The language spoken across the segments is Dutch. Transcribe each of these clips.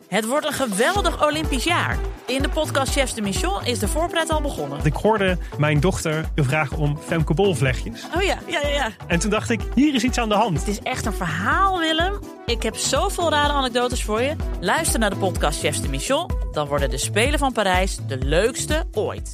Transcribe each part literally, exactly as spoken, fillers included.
Het wordt een geweldig Olympisch jaar. In de podcast Chefs de Mission is de voorpret al begonnen. Ik hoorde mijn dochter vragen om Femke Bol-vlechtjes. Oh ja, ja, ja, ja. En toen dacht ik, hier is iets aan de hand. Het is echt een verhaal, Willem. Ik heb zoveel rare anekdotes voor je. Luister naar de podcast Chefs de Mission. Dan worden de Spelen van Parijs de leukste ooit.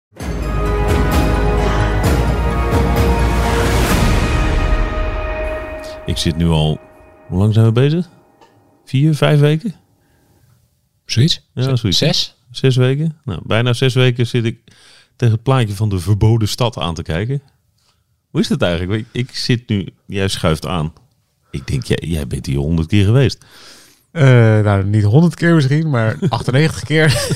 Ik zit nu al... Hoe lang zijn we bezig? Vier, vijf weken? Zoiets? Ja, zoiets. Zes? Zes weken? Nou, bijna zes weken zit ik tegen het plaatje van de verboden stad aan te kijken. Hoe is dat eigenlijk? Ik, ik zit nu... Jij schuift aan. Ik denk, jij, jij bent hier honderd keer geweest. Uh, nou, niet honderd keer misschien, maar achtennegentig keer.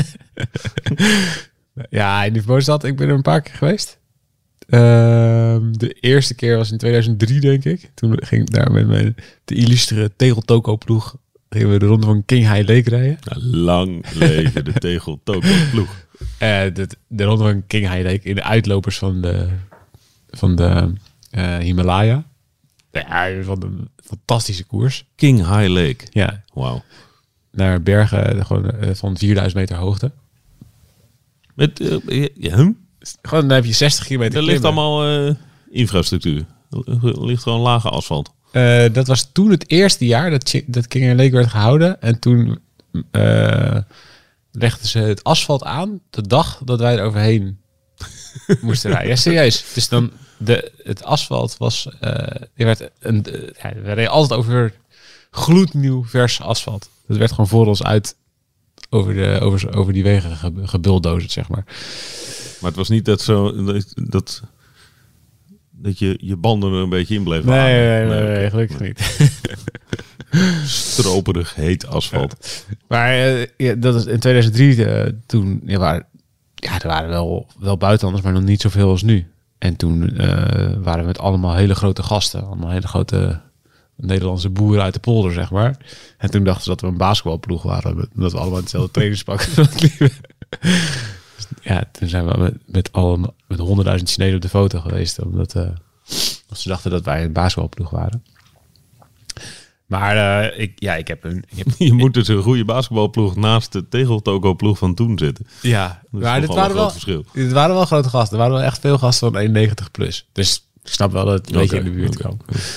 Ja, in die verboden stad, ik ben er een paar keer geweest. Uh, de eerste keer was in tweeduizend drie, denk ik. Toen ging ik daar met mijn de illustere Tegel-Toko-ploeg... gingen we de ronde van King High Lake rijden. Nou, lang leven de Tegel-Toko-ploeg. Uh, de, de ronde van King High Lake in de uitlopers van de, van de uh, Himalaya. Ja, van een fantastische koers. King High Lake. Ja. Wauw. Naar bergen gewoon, uh, van vierduizend meter hoogte. Met, uh, ja, Gewoon, dan heb je zestig kilometer er ligt allemaal uh, infrastructuur. Er ligt gewoon lage asfalt. Uh, dat was toen het eerste jaar dat, dat King High Lake werd gehouden. En toen uh, legden ze het asfalt aan de dag dat wij er overheen moesten rijden. Ja, serieus. Dus dan de, het asfalt was... Uh, er werd een, uh, ja, we reden altijd over gloednieuw vers asfalt. Dat werd gewoon voor ons uit over, de, over, over die wegen ge, gebuldozerd, zeg maar. Maar het was niet dat zo... Dat, dat, dat je je banden er een beetje in bleef nee, aan. Nee, nee, nee, nee, gelukkig nee. niet. Stroperig heet asfalt. Maar uh, ja, dat is in tweeduizend drie, uh, toen ja, waren, ja, er waren wel, wel buitenlanders, maar nog niet zoveel als nu. En toen uh, waren we met allemaal hele grote gasten. Allemaal hele grote Nederlandse boeren uit de polder, zeg maar. En toen dachten ze dat we een basketbalploeg waren. Omdat we allemaal hetzelfde trainingspak liepen. Ja, toen zijn we met, met, alle, met honderdduizend Chinezen op de foto geweest. Omdat uh, ze dachten dat wij een basketbalploeg waren. Maar uh, ik, ja, ik heb een... Ik heb, je moet dus een goede basketbalploeg naast de Tegel-Toko-ploeg van toen zitten. Ja, dat maar dit waren, wel, dit waren wel grote gasten. Er waren wel echt veel gasten van één negentig plus. Dus ik snap wel dat het een okay, beetje in de buurt okay. kwam.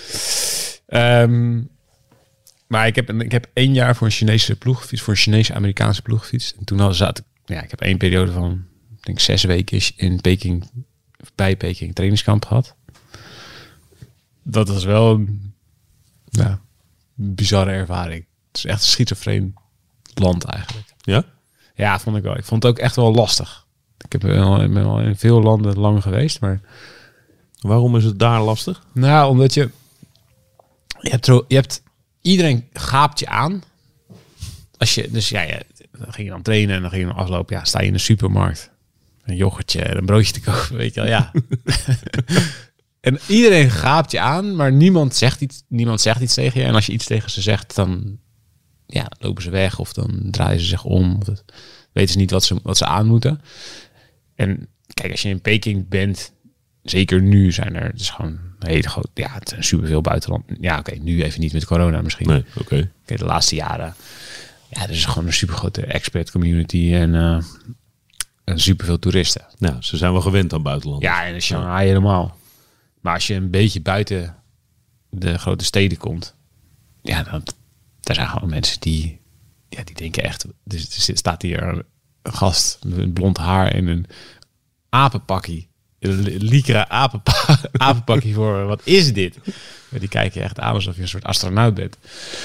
Um, maar ik heb, ik heb één jaar voor een Chinese ploeg gefietst. Voor een Chinese-Amerikaanse ploeg gefietst. En toen al zat ik... Ja, ik heb één periode van, ik denk zes weken in Peking, bij Peking trainingskamp gehad. Dat was wel een, ja, een bizarre ervaring. Het is echt een schizofreen land eigenlijk. Ja? Ja, vond ik wel. Ik vond het ook echt wel lastig. Ik heb wel, ik ben wel in veel landen lang geweest, maar... Waarom is het daar lastig? Nou, omdat je... Je hebt, je hebt iedereen gaapt je aan. Als je, dus ja, ja, dan ging je dan trainen en dan ging je dan aflopen. Ja, sta je in de supermarkt. Een yoghurtje en een broodje te kopen, weet je wel. Ja. En iedereen gaapt je aan, maar niemand zegt iets, niemand zegt iets tegen je. En als je iets tegen ze zegt, dan ja, lopen ze weg of dan draaien ze zich om. Of dat, weten ze niet wat ze, wat ze aan moeten. En kijk, als je in Peking bent, zeker nu zijn er, het is gewoon een hele groot, ja, het zijn superveel buitenland. Ja, oké, okay, nu even niet met corona misschien. Nee, oké. Okay. Okay, de laatste jaren, ja, er is gewoon een supergrote expat community en, uh, en superveel toeristen. Nou, ze zijn wel gewend aan buitenland. Ja, en in Shanghai helemaal. Maar als je een beetje buiten de grote steden komt, ja, dan daar zijn gewoon mensen die, ja, die denken echt. Dus er staat hier een gast met een blond haar en een apenpakkie, een lycra apenpa, apenpakkie voor. Wat is dit? Ja, die kijken je echt aan alsof je een soort astronaut bent.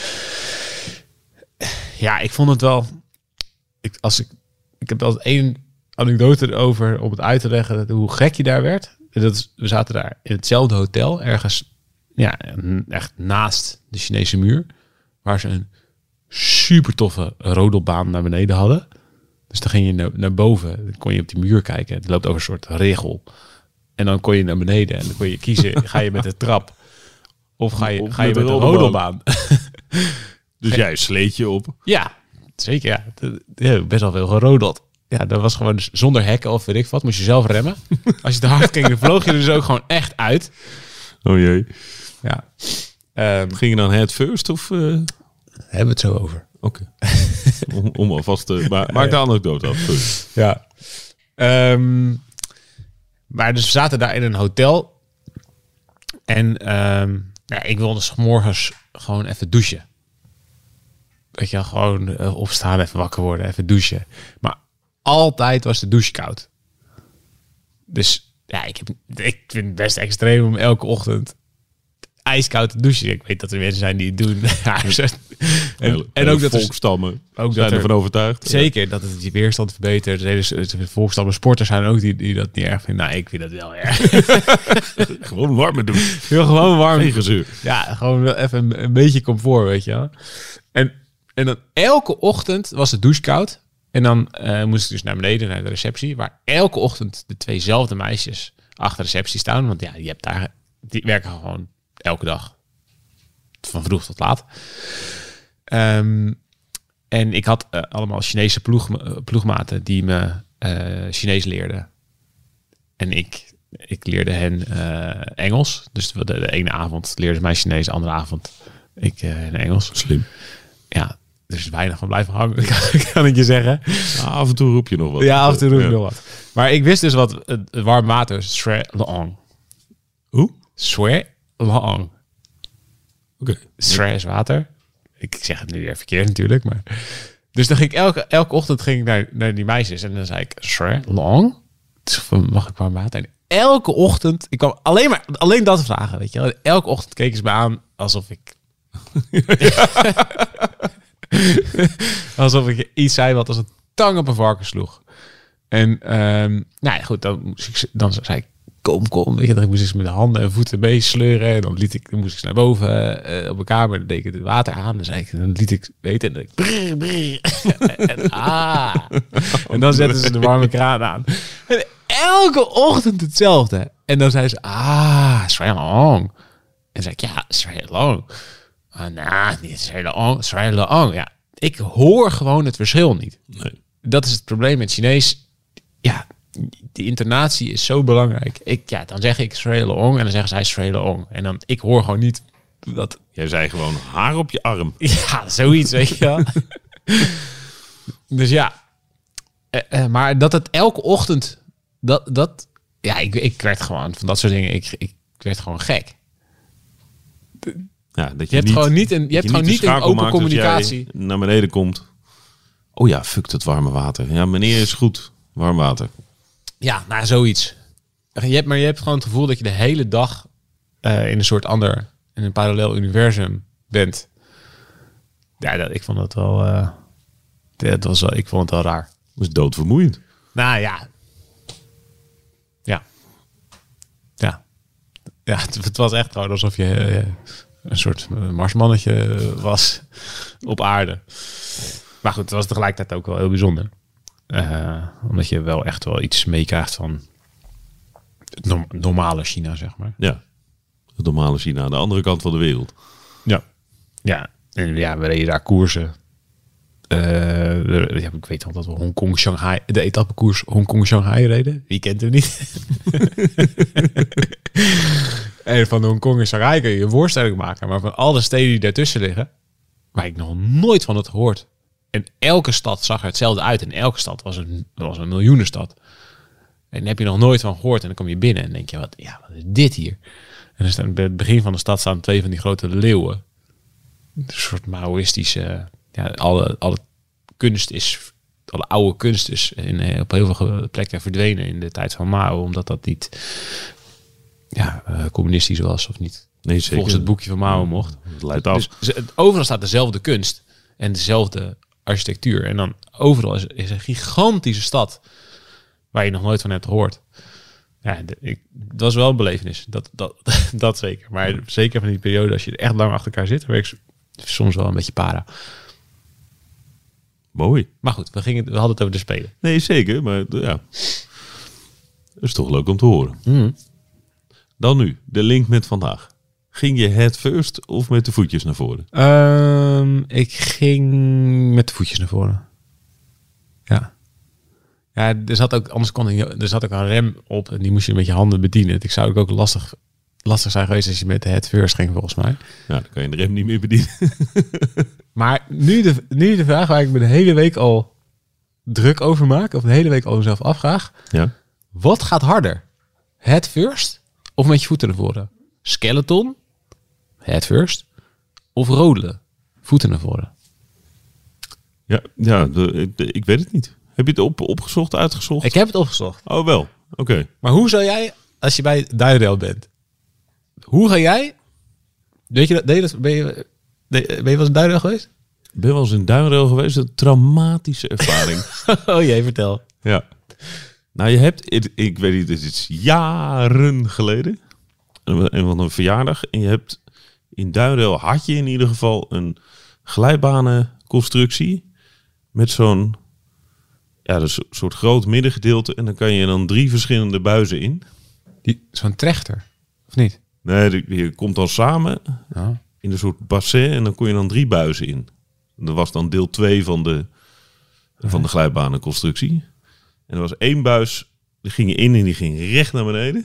Ja, ik vond het wel. Ik, als ik, ik heb wel één anekdote erover om het uit te leggen hoe gek je daar werd. Dat is, we zaten daar in hetzelfde hotel, ergens, ja, echt naast de Chinese muur, waar ze een super toffe rodelbaan naar beneden hadden. Dus dan ging je naar, naar boven, dan kon je op die muur kijken. Het loopt over een soort regel. En dan kon je naar beneden en dan kon je kiezen, ga je met de trap of ga je, ga je met de rodelbaan. Dus jij sleet je op? Ja, zeker. Ja. Ja, best wel veel gerodeld. Ja, dat was gewoon dus zonder hekken of weet ik wat. Moest je zelf remmen. Als je te hard ging, dan vloog je er dus ook gewoon echt uit. Oh jee. Ja. Um, Ging je dan head first of... Uh... Hebben we het zo over. Oké. Okay. om, om alvast te... Maar, maak de anekdote af. Sorry. Ja. Um, maar dus we zaten daar in een hotel. En um, ja, ik wilde 's morgens gewoon even douchen. Weet je wel, gewoon uh, opstaan, even wakker worden, even douchen. Maar altijd was de douche koud. Dus ja, ik, heb, ik vind het best extreem om elke ochtend ijskoud te douchen. Ik weet dat er mensen zijn die het doen. en, en ook dat volkstammen ook zijn dat er, ervan overtuigd. Zeker, dat het je weerstand verbetert. De hele de volkstammen sporters zijn ook die, die dat niet erg vinden. Nou, ik vind dat wel erg. Gewoon warme douche. Heel gewoon warm. Geen gezeur. Ja, gewoon wel even een, een beetje comfort, weet je wel. En, en dan elke ochtend was de douche koud. En dan uh, moest ik dus naar beneden, naar de receptie. Waar elke ochtend de tweezelfde meisjes achter de receptie staan. Want ja, je hebt daar, die werken gewoon elke dag. Van vroeg tot laat. Um, en ik had uh, allemaal Chinese ploeg, ploegmaten die me uh, Chinees leerden. En ik, ik leerde hen uh, Engels. Dus de, de ene avond leerden ze mij Chinees, de andere avond ik uh, in Engels. Slim. Ja, er is weinig van blijven hangen, kan ik je zeggen. Ja, af en toe roep je nog wat. Ja, af en toe roep je ja. nog wat. Maar ik wist dus wat het, het warm water is. Shui Long. Hoe? Shui Long. Oké. Okay. Shui is water. Ik zeg het nu weer verkeerd natuurlijk, maar... Dus dan ging ik elke, elke ochtend ging ik naar, naar die meisjes en dan zei ik, Shui Long? Mag ik warm water? En elke ochtend, ik kwam alleen maar, alleen dat vragen, weet je wel. Elke ochtend keken ze me aan alsof ik... alsof ik iets zei wat als een tang op een varken sloeg. En um, nou ja, goed, dan, moest ik, dan zei ik, kom, kom. Weet je, dan moest ik ze met de handen en voeten meesleuren. En dan, liet ik, dan moest ik ze naar boven uh, op mijn kamer. Dan deed ik het water aan. Dan, zei ik, dan liet ik weten. En dan ik, brrr, brrr. en, ah. en dan zetten ze de warme kraan aan. En elke ochtend hetzelfde. En dan zei ze, ah, Shui Long. En dan zei ik, ja, Shui Long. Ah, nou, niet Shui Long, Shui Long. Ja, ik hoor gewoon het verschil niet. Nee. Dat is het probleem met Chinees. Ja, die intonatie is zo belangrijk. Ik, ja, dan zeg ik Shui Long en dan zeggen zij Shui Long. En dan, ik hoor gewoon niet dat... Jij zei gewoon haar op je arm. Ja, zoiets, weet je wel. Dus ja. Uh, uh, maar dat het elke ochtend... Dat, dat ja, ik, ik werd gewoon van dat soort dingen... Ik, ik werd gewoon gek. Ja, dat je, je hebt niet, gewoon niet een, je hebt je gewoon niet een open communicatie. Naar beneden komt. Oh ja, fuck het warme water. Ja, meneer is goed. Warm water. Ja, nou, zoiets. Je hebt, maar je hebt gewoon het gevoel dat je de hele dag uh, in een soort ander, in een parallel universum bent. Ja, dat, ik vond dat wel, uh, dat was wel, ik vond het wel raar. Dat is doodvermoeiend. Nou ja. Ja. Ja. Ja, het, het was echt gewoon alsof je uh, een soort marsmannetje was op aarde. Maar goed, het was tegelijkertijd ook wel heel bijzonder. Uh, omdat je wel echt wel iets meekrijgt van het no- normale China, zeg maar. Ja, het normale China aan de andere kant van de wereld. Ja. Ja, en ja, we reden daar koersen. Uh, ik weet nog dat we Hongkong, Shanghai, de etappekoers Hongkong, Shanghai reden. Wie kent hem niet? En van Hongkong en Shanghai kun je een voorstelling maken. Maar van al de steden die daartussen liggen, waar ik nog nooit van had gehoord. En elke stad zag er hetzelfde uit. En elke stad was een, was een miljoenenstad. En daar heb je nog nooit van gehoord. En dan kom je binnen en denk je, wat, ja, wat is dit hier? En dan staan, bij het begin van de stad staan twee van die grote leeuwen. Een soort Maoïstische... Ja, alle, alle kunst is... Alle oude kunst is in, op heel veel plekken verdwenen in de tijd van Mao. Omdat dat niet ja, uh, communistisch was of niet. Nee, zeker. Volgens het boekje van Mao mocht. Het leidt af. Dus, dus, overal staat dezelfde kunst. En dezelfde architectuur. En dan overal is, is een gigantische stad waar je nog nooit van hebt gehoord. Ja, de, ik, dat was wel een belevenis. Dat, dat, dat zeker. Maar zeker van die periode, als je er echt lang achter elkaar zit, werkt soms wel een beetje para. Mooi. Maar goed, we, gingen, we hadden het over de Spelen. Nee, zeker. Maar ja, dat is toch leuk om te horen. Mm. Dan nu, de link met vandaag. Ging je head first of met de voetjes naar voren? Um, ik ging met de voetjes naar voren. Ja. Ja, er zat ook, anders kon ik, er zat ook een rem op en die moest je met je handen bedienen. Ik zou het ook lastig, lastig zijn geweest als je met de head first ging, volgens mij. Ja, dan kan je de rem niet meer bedienen. Maar nu de, nu de vraag waar ik me de hele week al druk over maak, of de hele week al mezelf afvraag. Ja. Wat gaat harder? Head first of met je voeten naar voren? Skeleton, head first, of rodelen, voeten naar voren? Ja, ja de, de, ik weet het niet. Heb je het op, opgezocht, uitgezocht? Ik heb het opgezocht. Oh, wel. Oké. Okay. Maar hoe zou jij, als je bij Duinrail bent, hoe ga jij... Weet je dat? Ben je, ben je, ben je wel eens in Duinrail geweest? Ik ben wel eens in Duinrail geweest. Een traumatische ervaring. Oh jee, vertel. Ja. Nou, je hebt... Ik, ik weet niet, het is jaren geleden. Een, een van een verjaardag. En je hebt... In Duinrail had je in ieder geval een glijbanenconstructie. Met zo'n... Ja, dus een soort groot middengedeelte. En dan kan je dan drie verschillende buizen in. Die, zo'n trechter, of niet? Nee, je komt dan samen Ja. in een soort bassin. En dan kon je dan drie buizen in. Dat was dan deel twee van de, van de glijbanenconstructie. En er was één buis, die ging je in en die ging recht naar beneden.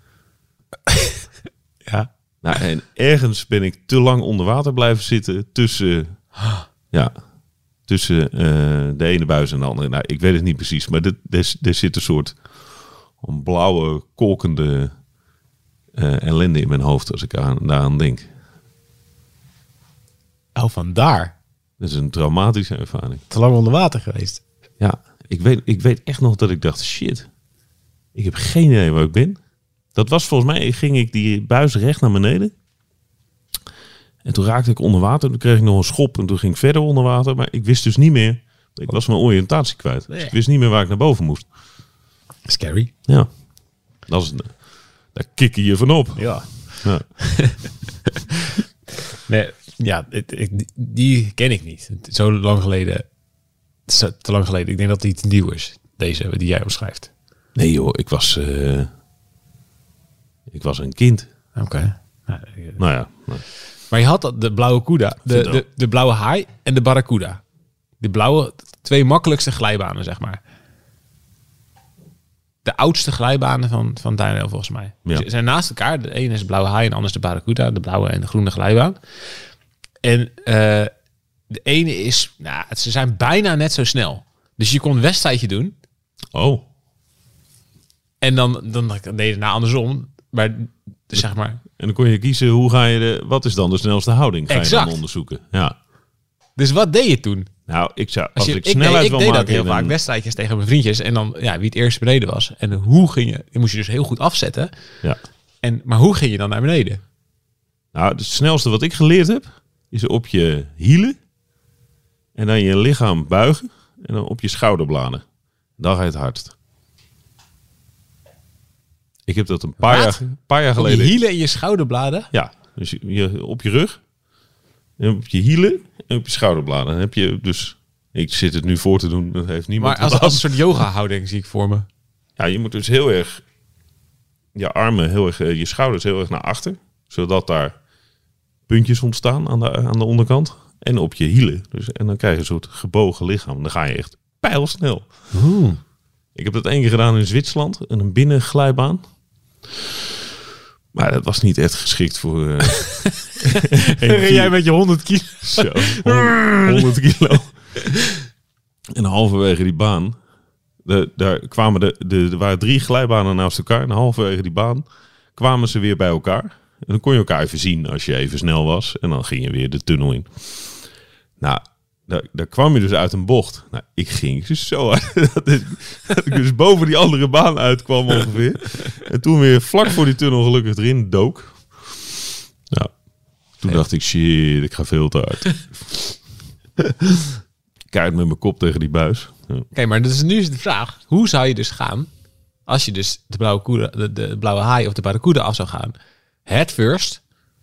Ja. Nou, en ergens ben ik te lang onder water blijven zitten tussen, ja, tussen uh, de ene buis en de andere. Nou, ik weet het niet precies, maar dit, dit, dit zit een soort een blauwe, kolkende uh, ellende in mijn hoofd als ik aan, daaraan denk. Oh, vandaar. Dat is een traumatische ervaring. Te lang onder water geweest. Ja, ik weet, ik weet echt nog dat ik dacht, shit, ik heb geen idee waar ik ben. Dat was volgens mij, ging ik die buis recht naar beneden. En toen raakte ik onder water. Toen kreeg ik nog een schop en toen ging ik verder onder water. Maar ik wist dus niet meer, ik was mijn oriëntatie kwijt. Dus ik wist niet meer waar ik naar boven moest. Scary. Ja, dat is, daar kik je je van op. Ja. Ja. Nee, ja, het, ik, die ken ik niet. Zo lang geleden. Zo, te lang geleden. Ik denk dat het iets nieuw is. Deze die jij omschrijft. Nee joh, ik was, uh, ik was een kind. Oké. Okay. Nou, nou ja. Nou. Maar je had de blauwe kuda, de, de, de blauwe haai en de barracuda. De blauwe, twee makkelijkste glijbanen, zeg maar. De oudste glijbanen van, van Duinrail, volgens mij. Ja. Ze zijn naast elkaar. De ene is de blauwe haai en de andere is de barracuda. De blauwe en de groene glijbaan. En uh, de ene is... Nou, ze zijn bijna net zo snel. Dus je kon een wedstrijdje doen. Oh. En dan, dan deed je na andersom. Maar zeg maar... En dan kon je kiezen, hoe ga je de... Wat is dan de snelste houding? Ga je exact. dan onderzoeken. Ja. Dus wat deed je toen? Nou, ik zou... Als, Als je, ik ik snelheid deed, wil ik deed maken... dat heel dan... vaak. Wedstrijdjes tegen mijn vriendjes. En dan, ja, wie het eerst beneden was. En hoe ging je... Je moest je dus heel goed afzetten. Ja. En, maar hoe ging je dan naar beneden? Nou, het snelste wat ik geleerd heb... is op je hielen... en dan je lichaam buigen... en dan op je schouderbladen. Dan ga je het hardst. Ik heb dat een paar, jaar, paar jaar geleden... Op je hielen en je schouderbladen? Ja, dus je, je, op je rug... en op je hielen en op je schouderbladen. Dan heb je dus... Ik zit het nu voor te doen, dat heeft niemand... Maar als, als een soort yoga-houding zie ik voor me. Ja, je moet dus heel erg... je armen heel erg... je schouders heel erg naar achter. Zodat daar puntjes ontstaan aan de, aan de onderkant. En op je hielen. Dus, en dan krijg je een soort gebogen lichaam. Dan ga je echt pijlsnel. Oeh. Ik heb dat één keer gedaan in Zwitserland. In een binnenglijbaan. Maar dat was niet echt geschikt voor... Uh, jij met je honderd kilo. Zo, honderd kilo. En halverwege die baan... De, daar kwamen de, de, er waren drie glijbanen naast elkaar. En halverwege die baan kwamen ze weer bij elkaar. En dan kon je elkaar even zien als je even snel was. En dan ging je weer de tunnel in. Nou, daar, daar kwam je dus uit een bocht. Nou, ik ging dus zo hard dat ik, dat ik dus boven die andere baan uitkwam ongeveer. En toen weer vlak voor die tunnel gelukkig erin dook. Ja, toen hey. dacht ik, shit, ik ga veel te hard. Kaart met mijn kop tegen die buis. Ja. Oké, okay, maar dus nu is de vraag. Hoe zou je dus gaan als je dus de blauwe, koede, de, de blauwe haai of de barracuda af zou gaan? Head first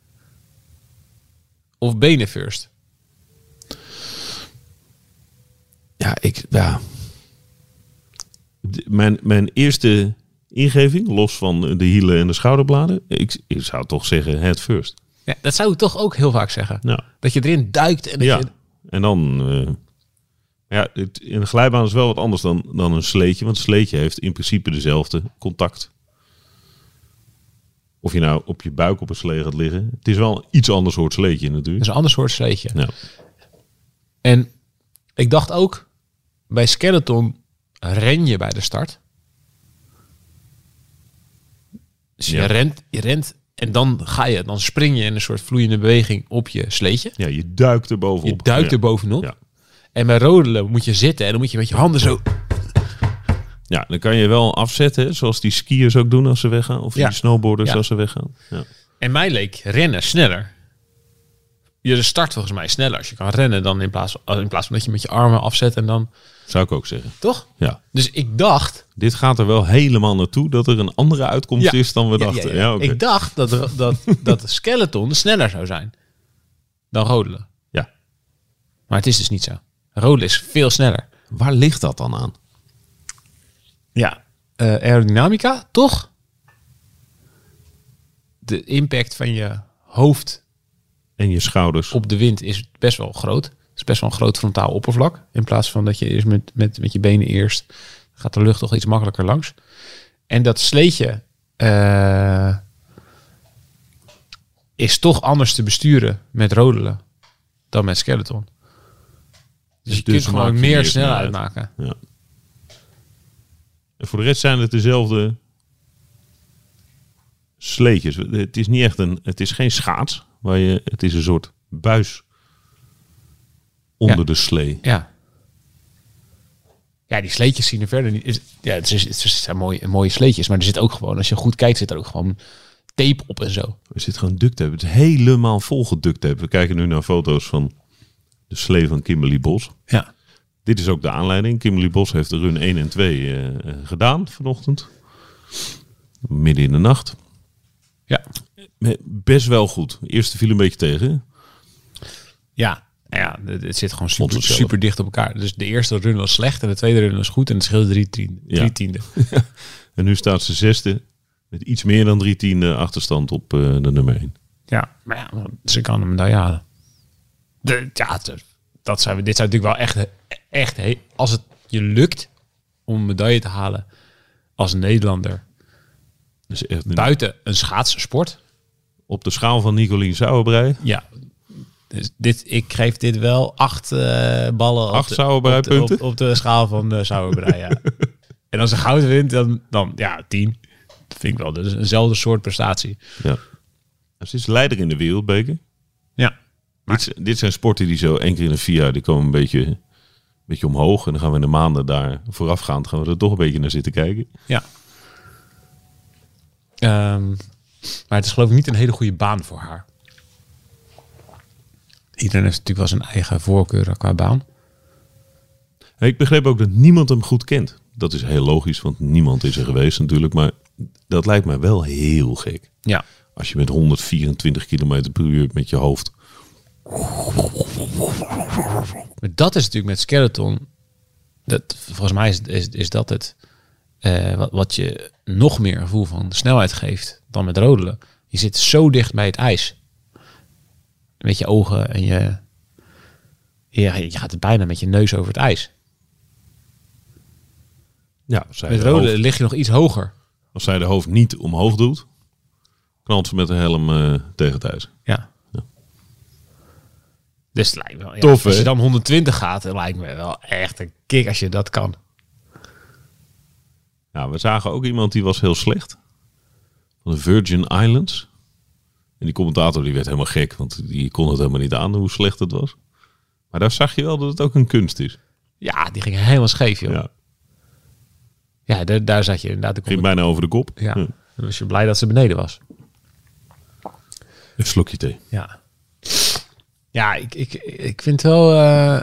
of benen first? Ja, ik... Ja. Mijn, mijn eerste ingeving, los van de hielen en de schouderbladen... Ik, ik zou toch zeggen head first. Ja, dat zou ik toch ook heel vaak zeggen. Ja. Dat je erin duikt en dat ja. je... En dan... Uh, ja, het, in een glijbaan is wel wat anders dan, dan een sleetje. Want een sleetje heeft in principe dezelfde contact. Of je nou op je buik op een slee gaat liggen. Het is wel een iets ander soort sleetje Dat natuurlijk. is een ander soort sleetje. Ja. En ik dacht ook, bij skeleton ren je bij de start. Dus je Ja. rent, je rent en dan ga je, dan spring je in een soort vloeiende beweging op je sleetje. Ja, je duikt er bovenop. Je duikt ja. er bovenop. Ja. En bij rodelen moet je zitten en dan moet je met je handen zo... Ja, dan kan je wel afzetten, hè, zoals die skiers ook doen als ze weggaan. Of Ja. die snowboarders Ja. als ze weggaan. Ja. En mij leek rennen sneller. Je start volgens mij sneller als je kan rennen dan in plaats van, in plaats van dat je met je armen afzet en dan... Zou ik ook zeggen. Toch? Ja. Dus ik dacht... Dit gaat er wel helemaal naartoe dat er een andere uitkomst Ja. is dan we Ja, dachten. ja, Ja, ja. oké. Ik dacht dat, er- dat, dat skeleton sneller zou zijn dan rodelen. Ja. Maar het is dus niet zo. Rodelen is veel sneller. Waar ligt dat dan aan? Ja. Uh, aerodynamica, toch? De impact van je hoofd En je schouders. op de wind is best wel groot. Het is best wel een groot frontaal oppervlak. In plaats van dat je eerst met, met, met je benen eerst... gaat de lucht toch iets makkelijker langs. En dat sleetje... Uh, is toch anders te besturen met rodelen dan met skeleton. Dus je Dus kunt gewoon maak je meer meer snelheid snelheid. maken. Ja. En voor de rest zijn het dezelfde sleetjes. Het is niet echt een... Het is geen schaats. Waar je, het is een soort buis onder Ja. de slee. Ja. Ja, die sleetjes zien er verder niet... Is, ja, het, is, het zijn mooie, mooie sleetjes. Maar er zit ook gewoon... Als je goed kijkt, zit er ook gewoon tape op en zo. Er zit gewoon duct tape. Het is helemaal vol geduct tape. We kijken nu naar foto's van de slee van Kimberly Bos. Ja. Dit is ook de aanleiding. Kimberly Bos heeft de run één en twee uh, gedaan vanochtend. Midden in de nacht. Ja. Best wel goed. De eerste viel een beetje tegen. Ja. Ja, het het zit gewoon Vond super, het zelf. super dicht op elkaar. Dus de eerste run was slecht en de tweede run was goed. En het scheelde drie, tien, drie Ja. tiende. En nu staat ze zesde. Met iets meer dan drie tiende achterstand op uh, de nummer één. Ja, maar ja, ze kan hem medaille halen. De, ja, de- dat zijn we. Dit zijn natuurlijk wel echt, echt. he- Als het je lukt om een medaille te halen als Nederlander Dus echt een- buiten een schaatssport. op de schaal van Nicolien Sauerbrei. Ja. Dus dit, ik geef dit wel acht uh, ballen Acht op de, Sauerbrei-punten? op, de, op, op de schaal van uh, Sauerbrei. Ja. En als ze goud wint, dan, dan ja, tien. Dat vind ik wel. Dat is eenzelfde soort prestatie. Ja. Ze is leider in de wereldbeker. Ja. Dit, dit zijn sporten die zo één keer in de vier jaar, die komen een beetje, een beetje omhoog. En dan gaan we in de maanden daar voorafgaand gaan we er toch een beetje naar zitten kijken. Ja. Ehm, maar het is geloof ik niet een hele goede baan voor haar. Iedereen heeft natuurlijk wel zijn eigen voorkeur qua baan. Hey, ik begreep ook dat niemand hem goed kent. Dat is heel logisch, want niemand is er geweest natuurlijk. Maar dat lijkt mij wel heel gek. Ja. Als je met honderdvierentwintig kilometer per uur met je hoofd... Maar dat is natuurlijk met skeleton. Dat, volgens mij is, is, is dat het. eh, wat, wat je nog meer gevoel van snelheid geeft dan met rodelen. Je zit zo dicht bij het ijs. Met je ogen en je... Ja, je gaat het bijna met je neus over het ijs. Ja, als zij, Met de rodelen hoofd, lig je nog iets hoger. als zij de hoofd niet omhoog doet, knalt ze met de helm uh, tegen het ijs. Ja. Ja. Dus het lijkt wel, ja, Tof, als je hè? dan honderdtwintig gaat, dan lijkt me wel echt een kick als je dat kan. Ja, we zagen ook iemand die was heel slecht. Van de Virgin Islands. En die commentator die werd helemaal gek, want die kon het helemaal niet aan hoe slecht het was. Maar daar zag je wel dat het ook een kunst is. Ja, die ging helemaal scheef, joh. Ja, Ja, daar, daar zat je inderdaad. de ging bijna over de kop. Ja, Ja. dan was je blij dat ze beneden was. Een slokje thee. Ja, ja ik, ik, ik vind wel... eh,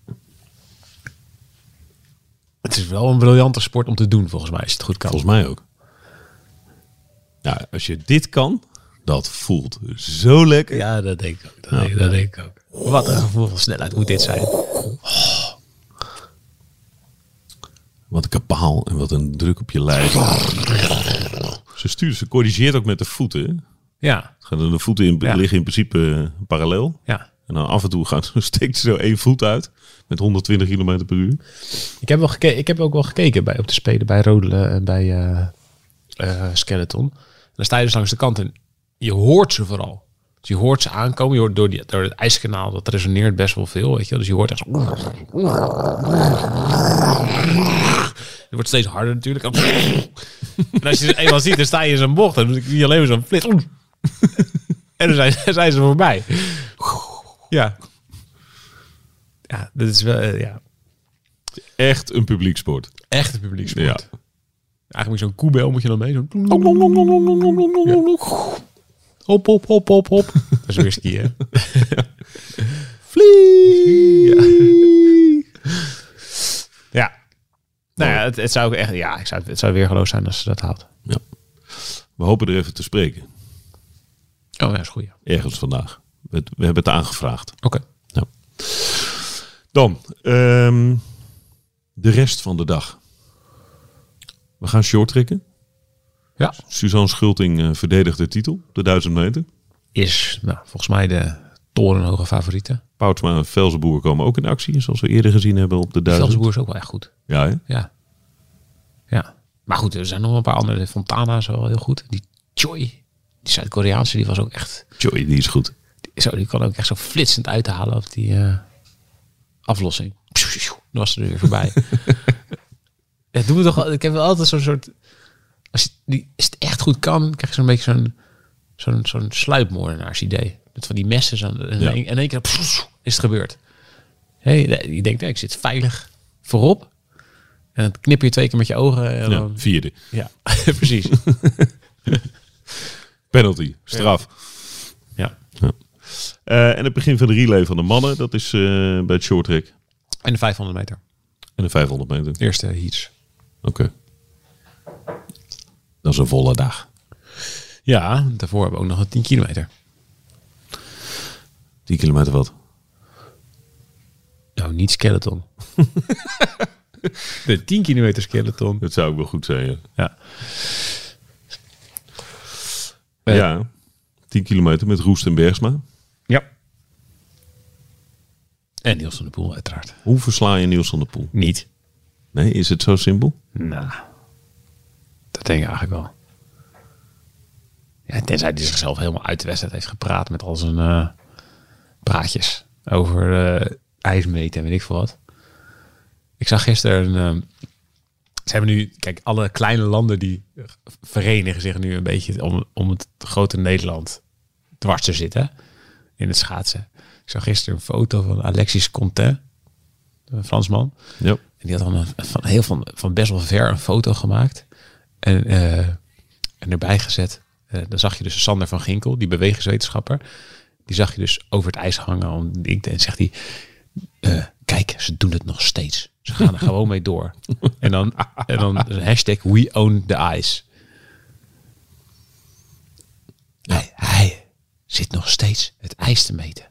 het is wel een briljante sport om te doen, volgens mij, als je het goed kan. Volgens mij ook. Ja, als je dit kan, dat voelt zo lekker. Ja, dat denk ik ook. Dat, Ja. denk, dat denk ik ook. Wat een gevoel van snelheid moet dit zijn. Wat een kapaal en wat een druk op je lijf. Ze stuurt, ze corrigeert ook met de voeten. hè. Ja, Gaan er de voeten in, Ja. liggen in principe eh, parallel. ja. En dan af en toe gaat, steekt ze zo één voet uit. Met honderdtwintig kilometer per uur. Ik heb, wel geke- ik heb ook wel gekeken bij, op de Spelen bij rodelen en bij eh, eh, skeleton. dan sta je dus langs de kant en je hoort ze vooral. Dus je hoort ze aankomen. Je hoort door, die, door het ijskanaal, dat resoneert best wel veel. Weet je wel? Dus je hoort echt zo... Het wordt steeds harder natuurlijk. En als je ze eenmaal ziet, dan sta je in zo'n bocht. Dan doe ik niet alleen maar zo'n flits. En dan zijn, zijn ze voorbij. Ja. Ja, dat is wel... Uh, ja. Echt een publieksport. Echt een publieksport. Ja. Eigenlijk moet je zo'n koebel moet je dan mee. Zo'n... Ja. Hop, hop, hop, hop, hop. Dat is weer skiën. Vlieg! Ja. Ja. Nou ja, het, het zou ook echt... Ja, ik zou, het zou weer geloof zijn als ze dat haalt. Ja. We hopen er even te spreken. Oh ja, is goed. Ja. Ergens vandaag. We, we hebben het aangevraagd. Oké. Okay. Ja. Dan, um, de rest van de dag. We gaan short trekken. Ja. Suzanne Schulting uh, verdedigt de titel, de duizend meter. Is nou, volgens mij de torenhoge favoriete. Poutsma en Velzenboer komen ook in actie, zoals we eerder gezien hebben op de duizend. Velzenboer is ook wel echt goed. Ja, hè? Ja. Ja. Maar goed, er zijn nog een paar andere. Fontana is wel heel goed. Die Choi, die Zuid-Koreaanse, die was ook echt... Choi, die is goed. Die, zo, die kan ook echt zo flitsend uithalen op die uh, aflossing. Dan was ze er weer voorbij. Ja, doen we toch, ik heb wel altijd zo'n soort... Als, je, die, als het echt goed kan, krijg je zo'n beetje zo'n zo'n zo'n sluipmoordenaars idee. Dat van die messen zo, en ja. in één keer pff, is het gebeurd. Hey, je denkt, nee, ik zit veilig voorop. En dan knip je twee keer met je ogen. En ja, dan, vierde. Ja, precies. Penalty, straf. Ja. ja. Uh, en het begin van de relay van de mannen, dat is uh, bij het short track. En de vijfhonderd meter. En de vijfhonderd meter. Eerste heats. Oké. Okay. Dat is een volle dag. Ja, daarvoor hebben we ook nog een tien kilometer. tien kilometer wat? Nou, niet skeleton. De tien kilometer skeleton. Dat zou ook wel goed zijn, ja. Ja. Uh, ja, tien kilometer met Roest en Bergsma. Ja. En Niels van der Poel, uiteraard. Hoe versla je Niels van der Poel? Niet. Nee, is het zo simpel? Nou, dat denk ik eigenlijk wel. Ja, tenzij hij zichzelf helemaal uit de wedstrijd heeft gepraat met al zijn uh, praatjes over uh, ijsmeten en weet ik veel wat. Ik zag gisteren, uh, ze hebben nu, kijk, alle kleine landen die verenigen zich nu een beetje om, om het grote Nederland dwars te zitten in het schaatsen. Ik zag gisteren een foto van Alexis Contain, een Fransman. Ja. En die had dan een, van heel van, van best wel ver een foto gemaakt en, uh, en erbij gezet. Uh, dan zag je dus Sander van Ginkel, die bewegingswetenschapper. Die zag je dus over het ijs hangen. Om, en zegt hij, uh, kijk, ze doen het nog steeds. Ze gaan er gewoon mee door. En dan, en dan een hashtag We Own the Ice. Ja. Hij, hij zit nog steeds het ijs te meten.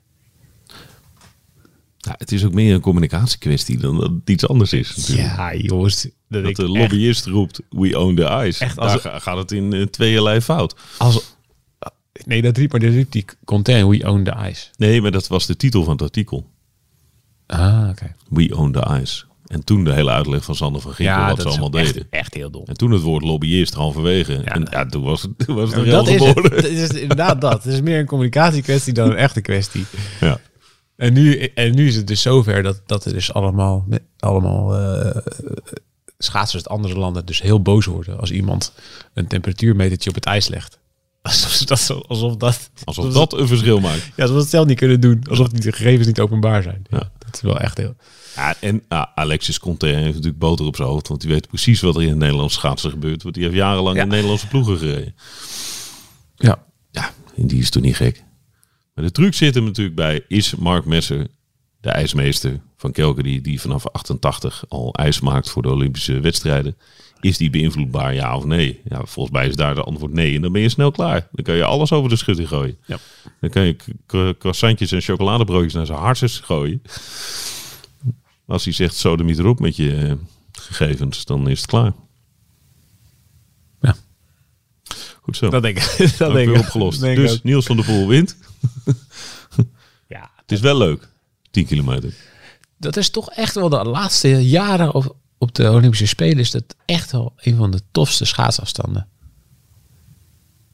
Ja, het is ook meer een communicatiekwestie dan dat het iets anders is. Natuurlijk. Ja, jongens. Dat, dat ik de lobbyist echt, roept, we own the ice. Echt, als Daar het, gaat het in uh, tweeërlei fout. Als, nee, dat riep maar dat riep die Contain, We Own the Ice. Nee, maar dat was de titel van het artikel. Ah, oké. Okay. We own the ice. En toen de hele uitleg van Sander van Ginkel, ja, wat ze allemaal echt, deden. Echt heel dom. En toen het woord lobbyist halverwege. Ja, en ja, toen was het, toen was het ja, dat is geworden. Het, het is inderdaad dat. Het is meer een communicatiekwestie dan een echte kwestie. Ja. En nu, en nu is het dus zover dat, dat er dus allemaal, allemaal uh, schaatsers uit andere landen dus heel boos worden als iemand een temperatuurmetertje op het ijs legt. Alsof dat, alsof dat, alsof alsof dat een verschil maakt. Ja, alsof ze het zelf niet kunnen doen. Alsof die gegevens niet openbaar zijn. Ja, ja. Dat is wel echt heel... Ja, en ah, Alexis Contain heeft natuurlijk boter op zijn hoofd, want die weet precies wat er in het Nederlandse schaatsen gebeurt. Want die heeft jarenlang ja. in Nederlandse ploegen gereden. Ja. Ja, en die is toch niet gek. Maar de truc zit hem natuurlijk bij, is Mark Messer, de ijsmeester van Calgary, die vanaf achtentachtig al ijs maakt voor de Olympische wedstrijden. Is die beïnvloedbaar, ja of nee? Ja, volgens mij is daar de antwoord nee. En dan ben je snel klaar. Dan kan je alles over de schutting gooien. Ja. Dan kan je k- croissantjes en chocoladebroodjes naar zijn hartjes gooien. Als hij zegt, zo de niet erop met je uh, gegevens, dan is het klaar. Ja. Goed zo. Dat denk ik. Dat dat denk weer ik. opgelost. Denk dus ook. Niels van der Poel wint. Ja, het is wel leuk. tien kilometer. Dat is toch echt wel de laatste jaren op, op de Olympische Spelen is dat echt wel een van de tofste schaatsafstanden.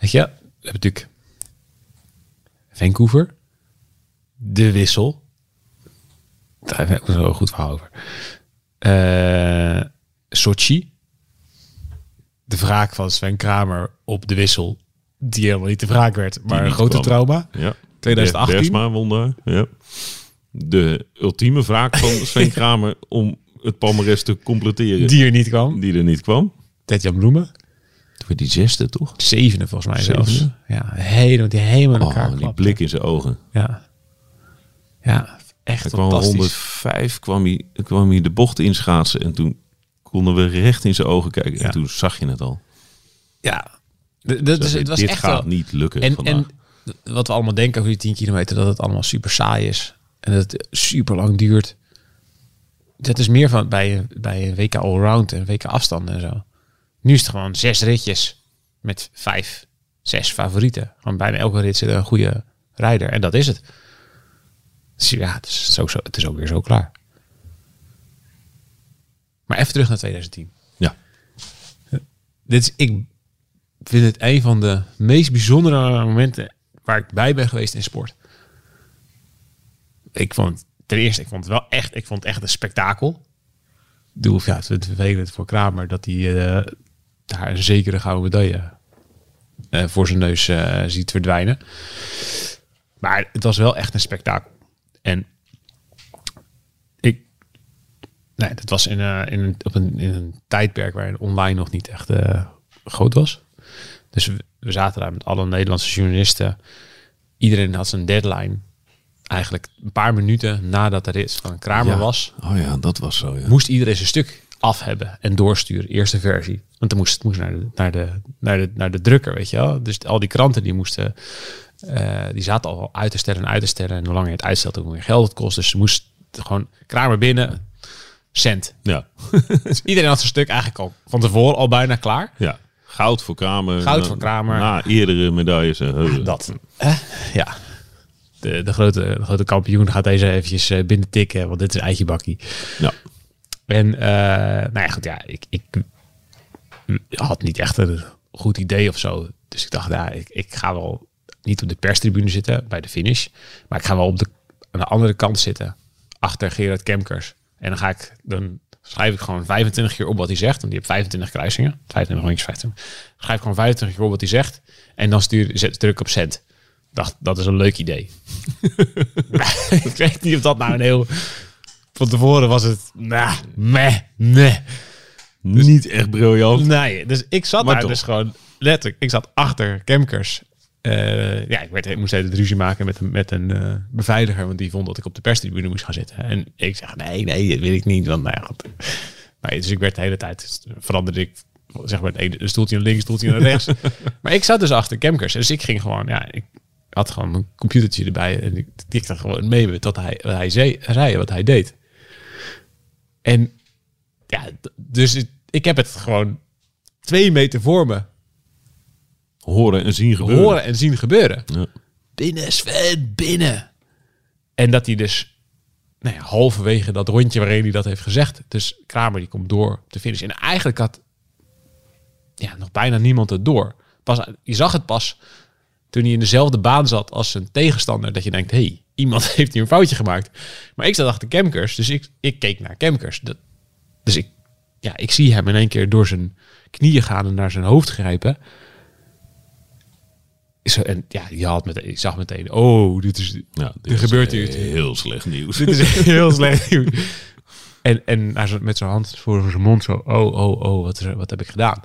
Weet je, we hebben natuurlijk Vancouver, de wissel. Daar heb ik zo een goed verhaal over. Uh, Sochi, de wraak van Sven Kramer op de wissel, die helemaal niet de wraak werd, maar een grote kwam. trauma. Ja. twintig achttien. Bergsma won daar. Ja. De ultieme wraak van Sven Kramer om het palmares te completeren. Die er niet kwam. Die er niet kwam. Ted-Jan Bloemen. Toen werd die zesde, toch? Zevende volgens mij zelfs. Zevende? Ja, helemaal, die helemaal in elkaar Oh, die klapte. blik in zijn ogen. Ja. Ja, echt Hij kwam fantastisch. honderdvijf, kwam hij, kwam hij de bocht inschaatsen. En toen konden we recht in zijn ogen kijken. Ja. En toen zag je het al. Ja. D- d- dus het was Dit echt gaat wel... niet lukken En, vandaag. en wat we allemaal denken over die tien kilometer, dat het allemaal super saai is. En dat het super lang duurt. Dat is meer van bij, een- bij een W K allround en W K afstand en zo. Nu is het gewoon zes ritjes met vijf, zes favorieten. Gewoon bijna elke rit zit er een goede rijder. En dat is het. Dus ja, het is, zo, zo, het is ook weer zo klaar. Maar even terug naar twintig tien. Ja. Dit is, ik vind het een van de meest bijzondere momenten waar ik bij ben geweest in sport. Ik vond ten eerste, ik vond het wel echt, ik vond het echt een spektakel. Ik bedoel, ja, het is vervelend voor Kramer dat hij uh, daar een zekere gouden medaille uh, voor zijn neus uh, ziet verdwijnen. Maar het was wel echt een spektakel. En ik, nee, dat was in, uh, in, een, op een, in een tijdperk waarin online nog niet echt uh, groot was. Dus we, we zaten daar met alle Nederlandse journalisten. Iedereen had zijn deadline. Eigenlijk een paar minuten nadat de rit van Kramer Ja. was, Oh ja, dat was zo, ja. moest iedereen zijn stuk af hebben en doorsturen, eerste versie. Want dan moest het moest naar de, naar de, naar de, naar de drukker, weet je wel. Dus al die kranten die moesten, uh, die zaten al uit te stellen en uit te stellen. En hoe langer je het uitstelt, hoe meer geld het kost. Dus ze moest gewoon Kramer binnen, cent. Ja. Dus iedereen had zijn stuk eigenlijk al van tevoren al bijna klaar. ja. Goud voor Kramer. Goud Na- voor Kramer. Na eerdere medailles. uh, Dat. Eh? Ja. De, de, grote, de grote kampioen gaat deze eventjes uh, binnen tikken, want dit is eitje bakkie. Ja. En uh, nou ja, goed, ja, ik, ik had niet echt een goed idee of zo. Dus ik dacht, ja, ik, ik ga wel niet op de perstribune zitten bij de finish, maar ik ga wel op de, aan de andere kant zitten, achter Gerard Kemkers. En dan ga ik, dan schrijf ik gewoon vijfentwintig keer op wat hij zegt, want die heeft vijfentwintig kruisingen, vijfentwintig links, vijfentwintig. Dan schrijf ik gewoon vijfentwintig keer op wat hij zegt en dan stuur, zet, druk op send. Dacht, dat is een leuk idee. Ik weet niet of dat nou een heel... Van tevoren was het... Nou, meh, nee. Niet echt briljant. Nee, dus ik zat Maar daar toch. dus gewoon... Letterlijk, ik zat achter Kemkers. Uh, ja, ik, werd, ik moest even ruzie maken met een, met een uh, beveiliger, want die vond dat ik op de perstribune moest gaan zitten. En ik zeg, nee, nee, dat wil ik niet. Want, nou ja, goed. Maar, dus ik werd de hele tijd... Veranderde ik... Zeg maar, een stoeltje naar links, stoeltje naar rechts. Maar ik zat dus achter Kemkers. Dus ik ging gewoon... Ja, ik had gewoon mijn computertje erbij. En ik tikte gewoon mee met wat hij, wat hij zei, zei, wat hij deed. En ja, dus ik, ik heb het gewoon twee meter voor me Horen en zien gebeuren. horen en zien gebeuren. Ja. Binnen, Sven, binnen. En dat hij dus nou ja, halverwege dat rondje waarin hij dat heeft gezegd. Dus Kramer die komt door op de finish. En eigenlijk had ja, nog bijna niemand het door. Pas, je zag het pas toen hij in dezelfde baan zat als zijn tegenstander. Dat je denkt, hé, hey, iemand heeft hier een foutje gemaakt. Maar ik zat achter Kemkers, dus ik, ik keek naar Kemkers. Dat, dus ik, ja, ik zie hem in één keer door zijn knieën gaan en naar zijn hoofd grijpen. Zo, en ja, je had meteen, ik zag meteen, oh, dit is, Ja, dit er is gebeurt hier heel slecht nieuws. Dit is heel slecht nieuws. En, en naar zo, met zijn hand voor zijn mond zo, oh, oh, oh, wat, is er, wat heb ik gedaan?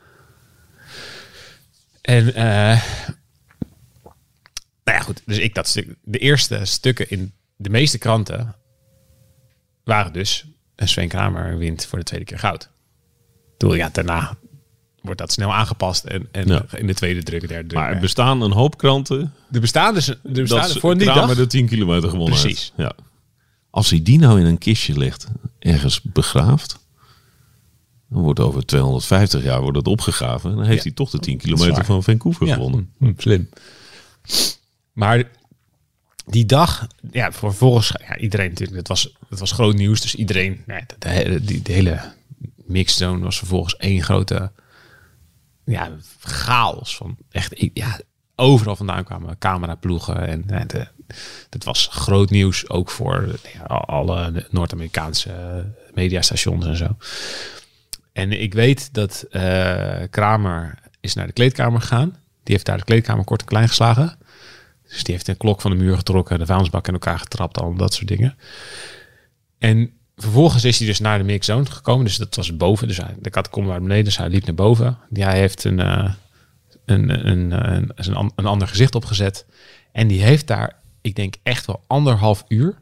En, uh, nou ja, goed. Dus ik dat stuk, de eerste stukken in de meeste kranten waren dus Sven Kramer wint voor de tweede keer goud. Toen, ja, daarna wordt dat snel aangepast en, en Ja. in de tweede druk, derde druk. Maar er bestaan een hoop kranten er bestaan dus er bestaan dat er voor die Kramer dag. de tien kilometer gewonnen Precies. heeft. Ja. Als hij die nou in een kistje legt, ergens begraafd, dan wordt over tweehonderdvijftig jaar wordt het opgegraven. En dan heeft Ja, hij toch de tien dat is kilometer waar. van Vancouver Ja. gewonnen. Hm, slim. Maar die dag, ja, vervolgens, ja, iedereen natuurlijk, het was, het was groot nieuws. Dus iedereen, nou ja, de, de, hele- die, de hele mixed zone was vervolgens één grote ja, chaos van echt, ik, ja, overal vandaan kwamen cameraploegen. En uh, de, dat was groot nieuws, ook voor ja, alle Noord-Amerikaanse mediastations en zo. En ik weet dat uh, Kramer is naar de kleedkamer gegaan. Die heeft daar de kleedkamer kort en klein geslagen. Dus die heeft een klok van de muur getrokken, de vuilnisbak in elkaar getrapt, al dat soort dingen. En vervolgens is hij dus naar de mix zone gekomen. Dus dat was boven. Dus hij, de catacombe waar beneden. Dus hij liep naar boven. Die, hij heeft een, uh, een, een, een, een, een ander gezicht opgezet. En die heeft daar, ik denk echt wel anderhalf uur...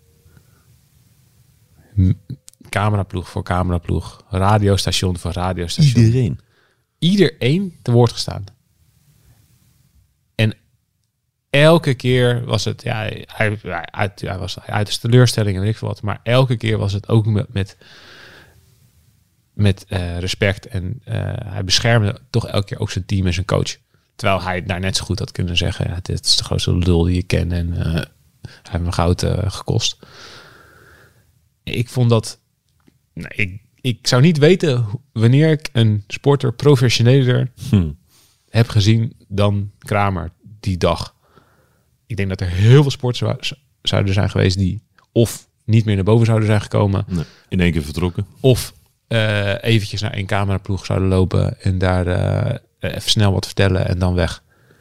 cameraploeg voor cameraploeg. Radiostation voor radiostation. Iedereen. Iedereen te woord gestaan. En elke keer was het, ja, hij, hij, uit, hij was uit de teleurstelling en weet ik veel wat, maar elke keer was het ook met, met, met uh, respect en uh, hij beschermde toch elke keer ook zijn team en zijn coach. Terwijl hij daar net zo goed had kunnen zeggen, ja, dit is de grootste lul die je kent en uh, hij heeft me goud uh, gekost. Ik vond dat, nou, ik, ik zou niet weten wanneer ik een sporter professioneler hm. heb gezien dan Kramer die dag. Ik denk dat er heel veel sporters zouden zijn geweest die of niet meer naar boven zouden zijn gekomen. Nee, in één keer vertrokken. Of uh, eventjes naar een cameraploeg zouden lopen en daar uh, even snel wat vertellen en dan weg.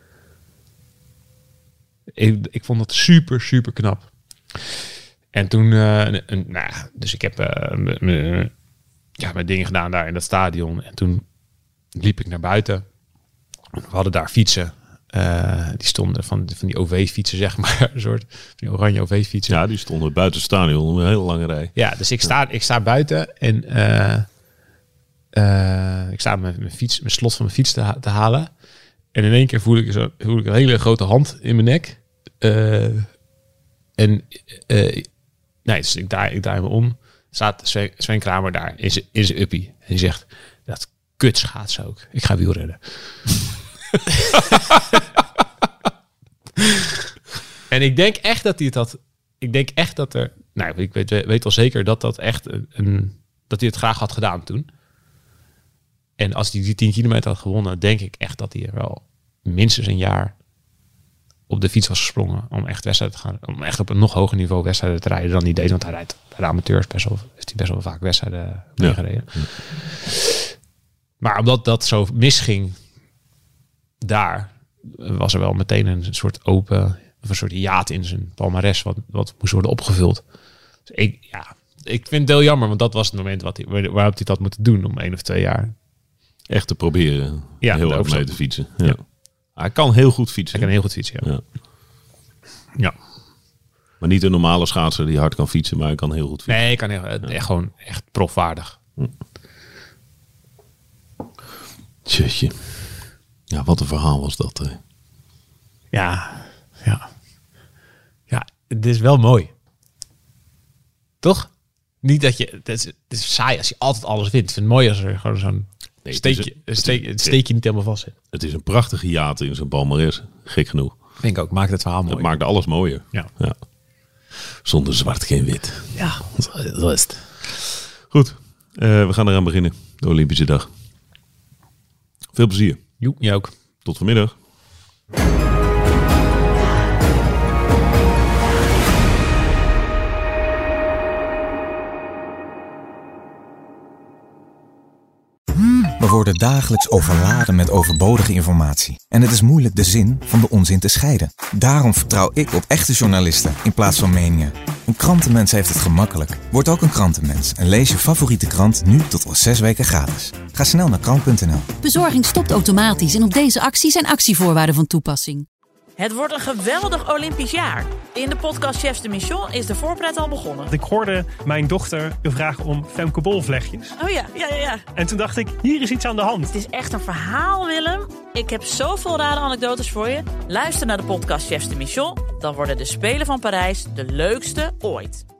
Ik, ik vond dat super, super knap. En toen, uh, een, nou, dus ik heb uh, m- ja, mijn dingen gedaan daar in dat stadion. En toen liep ik naar buiten. We hadden daar fietsen. Uh, die stonden van, van die O V-fietsen, zeg maar. Een soort van die oranje O V-fietsen. Ja, die stonden buiten het stadion, een hele lange rij. Ja, dus ik sta, ik sta buiten en uh, uh, ik sta met mijn fiets, mijn slot van mijn fiets te, ha- te halen. En in één keer voel ik, zo, voel ik een hele grote hand in mijn nek. Uh, en uh, nee, dus ik draai, ik draai me om. Staat Sven, Sven Kramer daar in zijn, in zijn uppie. En die zegt, dat kutschaatsen ook. Ik ga wielrennen. En ik denk echt dat hij het had. Ik denk echt dat er. Nou, ik weet, weet wel zeker dat dat echt een, een. Dat hij het graag had gedaan toen. En als hij die tien kilometer had gewonnen, denk ik echt dat hij er wel minstens een jaar op de fiets was gesprongen om echt wedstrijden te gaan. Om echt op een nog hoger niveau wedstrijden te rijden dan hij deed. Want hij rijdt bij de amateurs best wel. Heeft hij best wel vaak wedstrijden meegereden. Ja. Maar omdat dat zo misging daar, was er wel meteen een soort open, of een soort hiaat in zijn palmares wat, wat moest worden opgevuld. Dus ik, ja, ik vind het heel jammer, want dat was het moment wat hij, waarop hij dat moeten doen om één of twee jaar. Echt te proberen. Ja, heel hard mee te fietsen. Ja. Ja. Hij kan heel goed fietsen. Hij kan heel goed fietsen, ja. Ja. Ja. Maar niet een normale schaatser die hard kan fietsen, maar hij kan heel goed fietsen. Nee, hij kan heel, ja. echt gewoon echt profwaardig. Hm. Tjutje. Ja, wat een verhaal was dat. Hè? Ja, ja. Ja, het is wel mooi. Toch? Niet dat je... Het is, het is saai als je altijd alles wint. Ik vind het mooi als er gewoon zo'n nee, steekje, een, steek, een steekje niet helemaal vast zit. Het is een prachtige hiaat in zijn palmares. Gek genoeg. Vind ik ook. Maakt het verhaal mooi. Het maakt alles mooier. Ja. Ja. Zonder zwart geen wit. Ja, dat is het. Goed. Uh, we gaan eraan beginnen. De Olympische dag. Veel plezier. Jo, jij ook. Tot vanmiddag. We worden dagelijks overladen met overbodige informatie. En het is moeilijk de zin van de onzin te scheiden. Daarom vertrouw ik op echte journalisten in plaats van meningen. Een krantenmens heeft het gemakkelijk. Word ook een krantenmens en lees je favoriete krant nu tot al zes weken gratis. Ga snel naar krant punt n l. Bezorging stopt automatisch en op deze actie zijn actievoorwaarden van toepassing. Het wordt een geweldig Olympisch jaar. In de podcast Chefs de Mission is de voorpret al begonnen. Ik hoorde mijn dochter je vragen om Femke Bol-vlechtjes. Oh ja, ja, ja, ja. En toen dacht ik, hier is iets aan de hand. Het is echt een verhaal, Willem. Ik heb zoveel rare anekdotes voor je. Luister naar de podcast Chefs de Mission. Dan worden de Spelen van Parijs de leukste ooit.